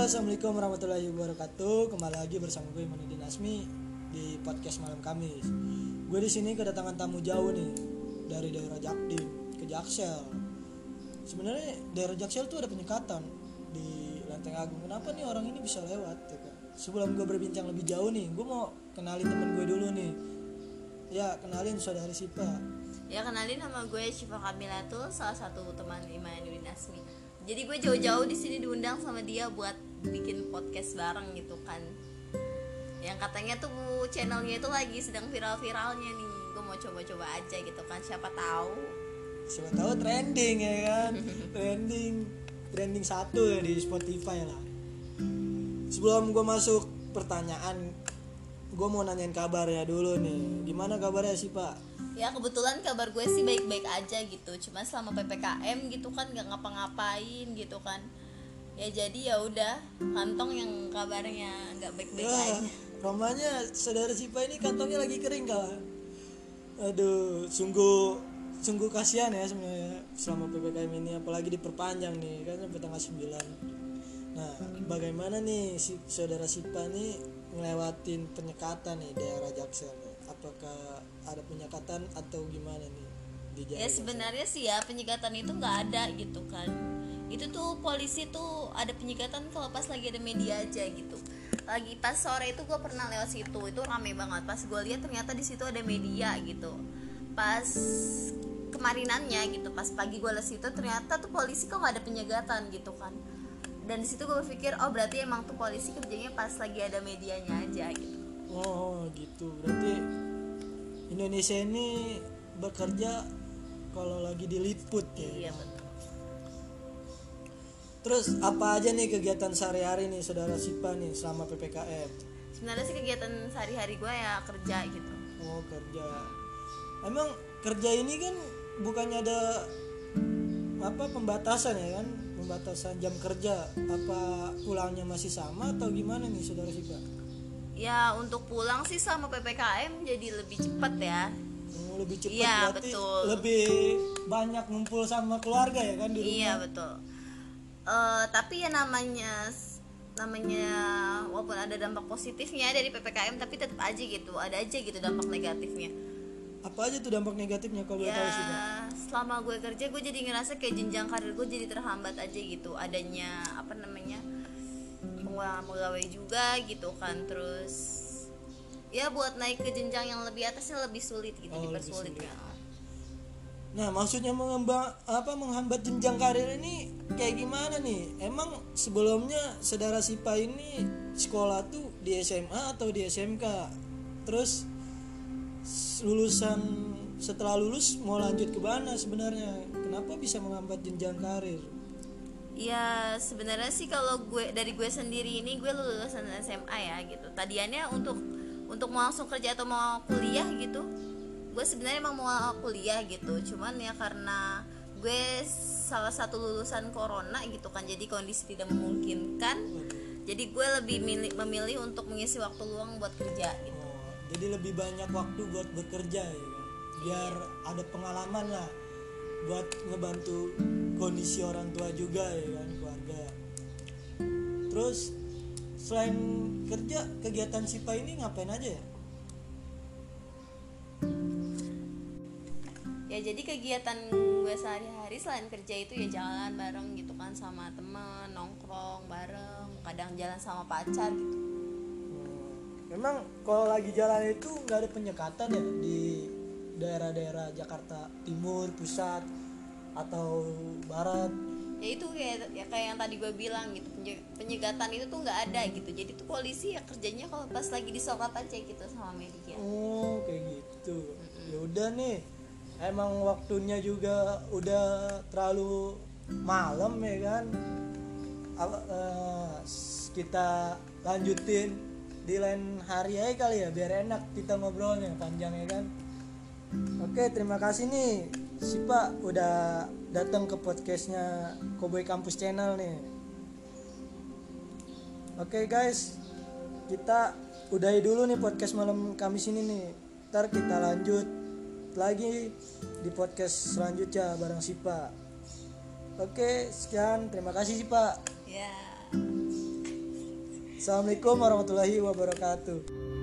Assalamualaikum warahmatullahi wabarakatuh. Kembali lagi bersama gue Manudin Asmi di podcast Malam Kamis. Gue di sini kedatangan tamu jauh nih dari daerah Jaktim ke Jaksel. Sebenarnya daerah Jaksel tuh ada penyekatan di Lenteng Agung. Kenapa nih orang ini bisa lewat? Ya kan? Sebelum gue berbincang lebih jauh nih, gue mau kenalin temen gue dulu nih. Ya, kenalin saudari Sipa. Ya, kenalin nama gue Syifa Kamilatul, salah satu teman Imanuddin Asmi. Jadi gue jauh-jauh di sini diundang sama dia buat bikin podcast bareng gitu kan. Yang katanya tuh channelnya itu lagi sedang viral-viralnya nih. Gue mau coba-coba aja gitu kan, siapa tahu Trending ya kan. trending satu ya di Spotify lah. Sebelum gue masuk pertanyaan, gue mau nanyain kabarnya dulu nih. Gimana kabarnya sih Pak? ya. Kebetulan kabar gue sih baik-baik aja gitu. Cuma selama PPKM gitu kan gak ngapa-ngapain gitu kan. Ya jadi ya udah, kantong yang kabarnya gak baik-baik aja. Romanya saudara Sipa ini kantongnya lagi kering kawan. Aduh, sungguh kasihan ya sebenarnya selama PPKM ini, apalagi diperpanjang nih kan sampai tanggal 9. Nah, bagaimana nih si saudara Sipa nih ngelewatin penyekatan nih daerah Jaksel nih? Apakah ada penyekatan atau gimana nih di daerah? Ya sebenarnya sih ya penyekatan itu nggak ada gitu kan. Itu tuh polisi tuh ada penyekatan kalau pas lagi ada media aja gitu. Lagi pas sore itu gue pernah lewat situ, itu rame banget. Pas gue lihat ternyata di situ ada media gitu. Pas kemarinannya gitu, pas pagi gue lewat situ ternyata tuh polisi kok nggak ada penyekatan gitu kan. Dan di situ gue berpikir, oh berarti emang tuh polisi kerjanya pas lagi ada medianya aja gitu. Oh gitu, berarti Indonesia ini bekerja kalau lagi diliput ya. Iya betul. Terus apa aja nih kegiatan sehari-hari nih saudara Sipa nih selama PPKM? Sebenarnya sih kegiatan sehari-hari gue ya kerja gitu. Oh kerja. Emang kerja ini kan bukannya ada pembatasan ya kan? Pembatasan jam kerja. Apa pulangnya masih sama atau gimana nih saudara Sipa? Ya untuk pulang sih sama PPKM jadi lebih cepat ya. Lebih cepat Iya, berarti betul. lebih banyak ngumpul sama keluarga ya kan di rumah. Iya betul. Tapi ya namanya walaupun ada dampak positifnya dari PPKM, tapi tetap aja gitu, ada aja gitu dampak negatifnya. Apa aja tuh dampak negatifnya kalau boleh tahu sih Pak? Selama gue kerja gue jadi ngerasa kayak jenjang karir gue jadi terhambat aja gitu. Adanya pengurangan pegawai juga gitu kan. Terus ya buat naik ke jenjang yang lebih atasnya lebih sulit gitu, dipersulit ya. Nah, maksudnya menghambat jenjang karir ini kayak gimana nih? Emang sebelumnya saudara Sipa ini sekolah tuh di SMA atau di SMK? Terus setelah lulus mau lanjut ke mana sebenarnya? Kenapa bisa menghambat jenjang karir? Ya sebenarnya sih kalau dari gue sendiri ini gue lulusan SMA ya gitu. Tadiannya untuk mau langsung kerja atau mau kuliah gitu, gue sebenarnya emang mau kuliah gitu. Cuman ya karena gue salah satu lulusan corona gitu kan, jadi kondisi tidak memungkinkan. Jadi gue lebih memilih untuk mengisi waktu luang buat kerja gitu. Jadi lebih banyak waktu buat bekerja ya kan? Biar ada pengalaman lah buat ngebantu kondisi orang tua juga ya kan, keluarga. Terus selain kerja, kegiatan Sipa ini ngapain aja ya? Ya jadi kegiatan gue sehari-hari selain kerja itu ya jalan bareng gitu kan sama temen, nongkrong bareng, kadang jalan sama pacar gitu. Memang kalau lagi jalan itu nggak ada penyekatan ya di daerah-daerah Jakarta Timur, Pusat atau Barat? Ya itu kayak yang tadi gue bilang gitu, penyekatan itu tuh nggak ada gitu. Jadi tuh polisi ya kerjanya kalau pas lagi disorot aja gitu sama media. Oh kayak gitu. Ya udah nih, emang waktunya juga udah terlalu malam ya kan. Kita lanjutin di lain hari aja kali ya, biar enak kita ngobrolnya panjang ya kan. Oke, terima kasih nih Sipa udah datang ke podcastnya Cowboy Campus Channel nih. Oke guys, kita udahi dulu nih podcast malam Kamis ini nih. Ntar kita lanjut lagi di podcast selanjutnya bareng Sipa. Oke, sekian, terima kasih Sipa. Ya. Assalamualaikum warahmatullahi wabarakatuh.